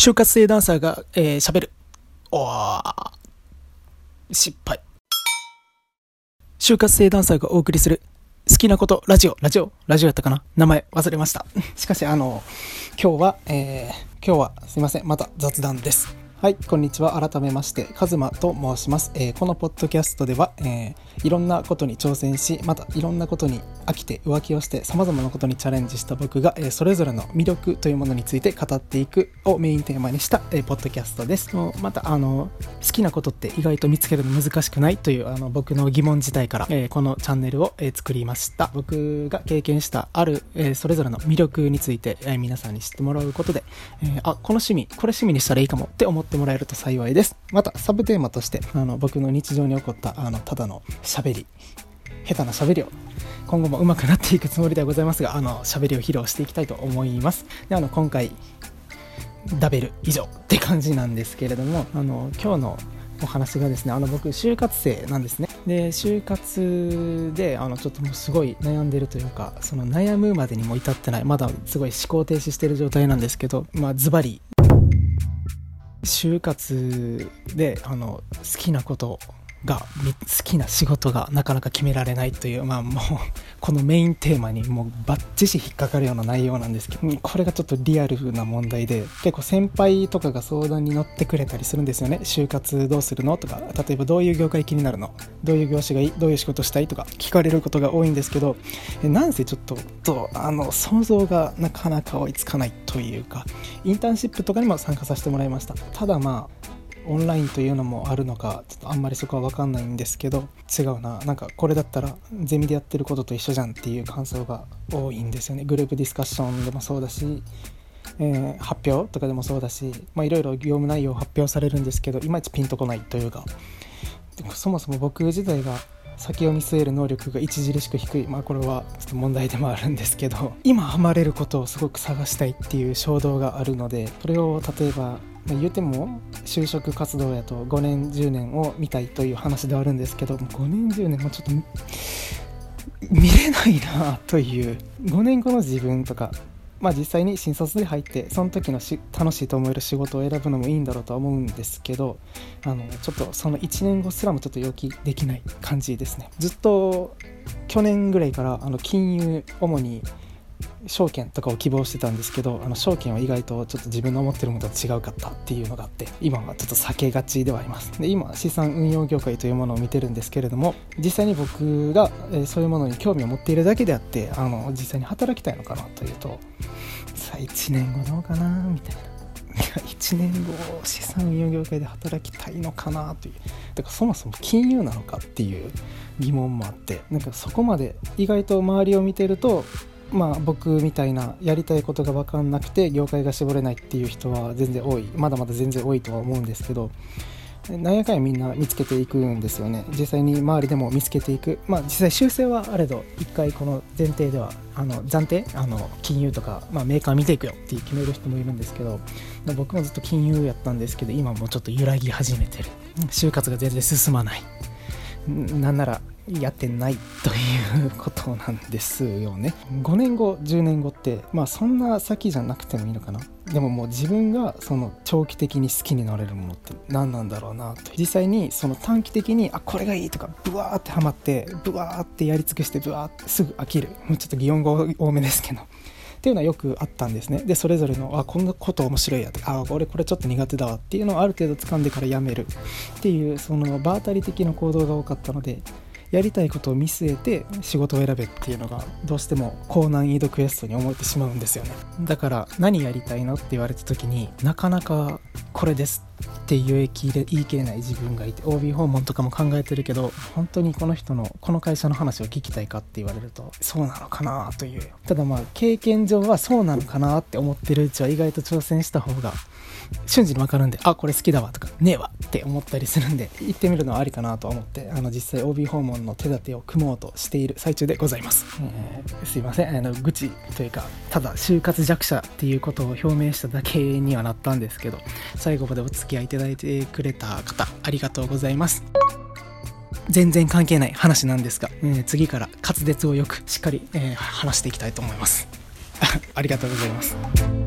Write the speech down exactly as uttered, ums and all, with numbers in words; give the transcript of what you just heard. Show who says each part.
Speaker 1: 就活生ダンサーが、えー、喋る。おー、失敗。就活生ダンサーがお送りする好きなことラジオ、ラジオ、ラジオやったかな、名前忘れました。しかし、あの、今日は、えー、今日はすいません、また雑談です。はい、こんにちは。改めまして、カズマと申します。えー、このポッドキャストでは、えー、いろんなことに挑戦し、またいろんなことに飽きて浮気をして様々なことにチャレンジした僕が、えー、それぞれの魅力というものについて語っていくをメインテーマにした、えー、ポッドキャストです。またあの好きなことって意外と見つけるの難しくないというあの僕の疑問自体から、えー、このチャンネルを、えー、作りました。僕が経験したある、えー、それぞれの魅力について、えー、皆さんに知ってもらうことで、えー、あ、この趣味これ趣味にしたらいいかもって思ってもらえると幸いです。またサブテーマとしてあの僕の日常に起こったあのただの喋り下手な喋りを今後も上手くなっていくつもりではございますが、あの喋りを披露していきたいと思います。であの今回ダベル以上って感じなんですけれども、あの今日のお話がですね、あの僕就活生なんですね。で就活であのちょっともうすごい悩んでるというか、その悩むまでにも至ってない、まだすごい思考停止している状態なんですけど、まあズバリ就活であの好きなことが好きな仕事がなかなか決められないという、まあもうこのメインテーマにもうバッチシ引っかかるような内容なんですけど、これがちょっとリアルな問題で、結構先輩とかが相談に乗ってくれたりするんですよね。就活どうするのとか、例えばどういう業界気になるの、どういう業種がいい、どういう仕事したいとか聞かれることが多いんですけど、なんせちょっととあの想像がなかなか追いつかないというか、インターンシップとかにも参加させてもらいました。ただまあオンラインというのもあるのかちょっとあんまりそこは分かんないんですけど、違うな、なんかこれだったらゼミでやってることと一緒じゃんっていう感想が多いんですよね。グループディスカッションでもそうだし、えー、発表とかでもそうだし、まあいろいろ業務内容を発表されるんですけど、いまいちピンとこないというか、でもそもそも僕自体が先を見据える能力が著しく低い、まあこれはちょっと問題でもあるんですけど、今ハマれることをすごく探したいっていう衝動があるので、それを例えばまあ、言うても就職活動やとごねんじゅうねんを見たいという話ではあるんですけど、ごねんじゅうねんもちょっと見れないなという、ごねんごの自分とか、まあ実際に新卒で入ってその時のし楽しいと思える仕事を選ぶのもいいんだろうとは思うんですけど、あのちょっとそのいちねんごすらもちょっと予期できない感じですね。ずっと去年ぐらいからあの金融、主に証券とかを希望してたんですけど、あの証券は意外とちょっと自分の思ってるものと違うかったっていうのがあって、今はちょっと避けがちではあります。で今資産運用業界というものを見てるんですけれども、実際に僕が、えー、そういうものに興味を持っているだけであって、あの実際に働きたいのかなというと、さあいちねんごどうかなみたいな、いちねんご資産運用業界で働きたいのかなという、だからそもそも金融なのかっていう疑問もあって、なんかそこまで意外と周りを見てると、まあ僕みたいなやりたいことが分かんなくて業界が絞れないっていう人は全然多い、まだまだ全然多いとは思うんですけど、なんやかんやみんな見つけていくんですよね。実際に周りでも見つけていく、まあ実際修正はあれど、一回この前提ではあの暫定あの金融とか、まあ、メーカー見ていくよって決める人もいるんですけど、僕もずっと金融やったんですけど、今もちょっと揺らぎ始めてる。就活が全然進まない、なんならやってないということなんですよね。ごねんごじゅうねんごってまあそんな先じゃなくてもいいのかな。でももう自分がその長期的に好きになれるものって何なんだろうなと。実際にその短期的にあこれがいいとかブワーってハマってブワーってやり尽くしてブワーってすぐ飽きる、もうちょっと擬音語多めですけどっていうのはよくあったんですね。でそれぞれのあこんなこと面白いやとか、あ俺これちょっと苦手だわっていうのをある程度掴んでからやめるっていう、その場当たり的な行動が多かったので、やりたいことを見据えて仕事を選べっていうのがどうしても高難易度クエストに思ってしまうんですよね。だから何やりたいのって言われた時になかなかこれですって言い切れ、言い切れない自分がいて、 オービー 訪問とかも考えてるけど本当にこの人のこの会社の話を聞きたいかって言われるとそうなのかなという、ただまあ経験上はそうなのかなって思ってるうちは意外と挑戦した方が瞬時に分かるんで、あこれ好きだわとかねえわって思ったりするんで、行ってみるのはありかなと思って、あの実際 オービー 訪問の手立てを組もうとしている最中でございます。えー、すいません、あの愚痴というかただ就活弱者っていうことを表明しただけにはなったんですけど、最後までお付き合いいただいてくれた方ありがとうございます。全然関係ない話なんですが、えー、次から滑舌をよくしっかり、えー、話していきたいと思います。ありがとうございます。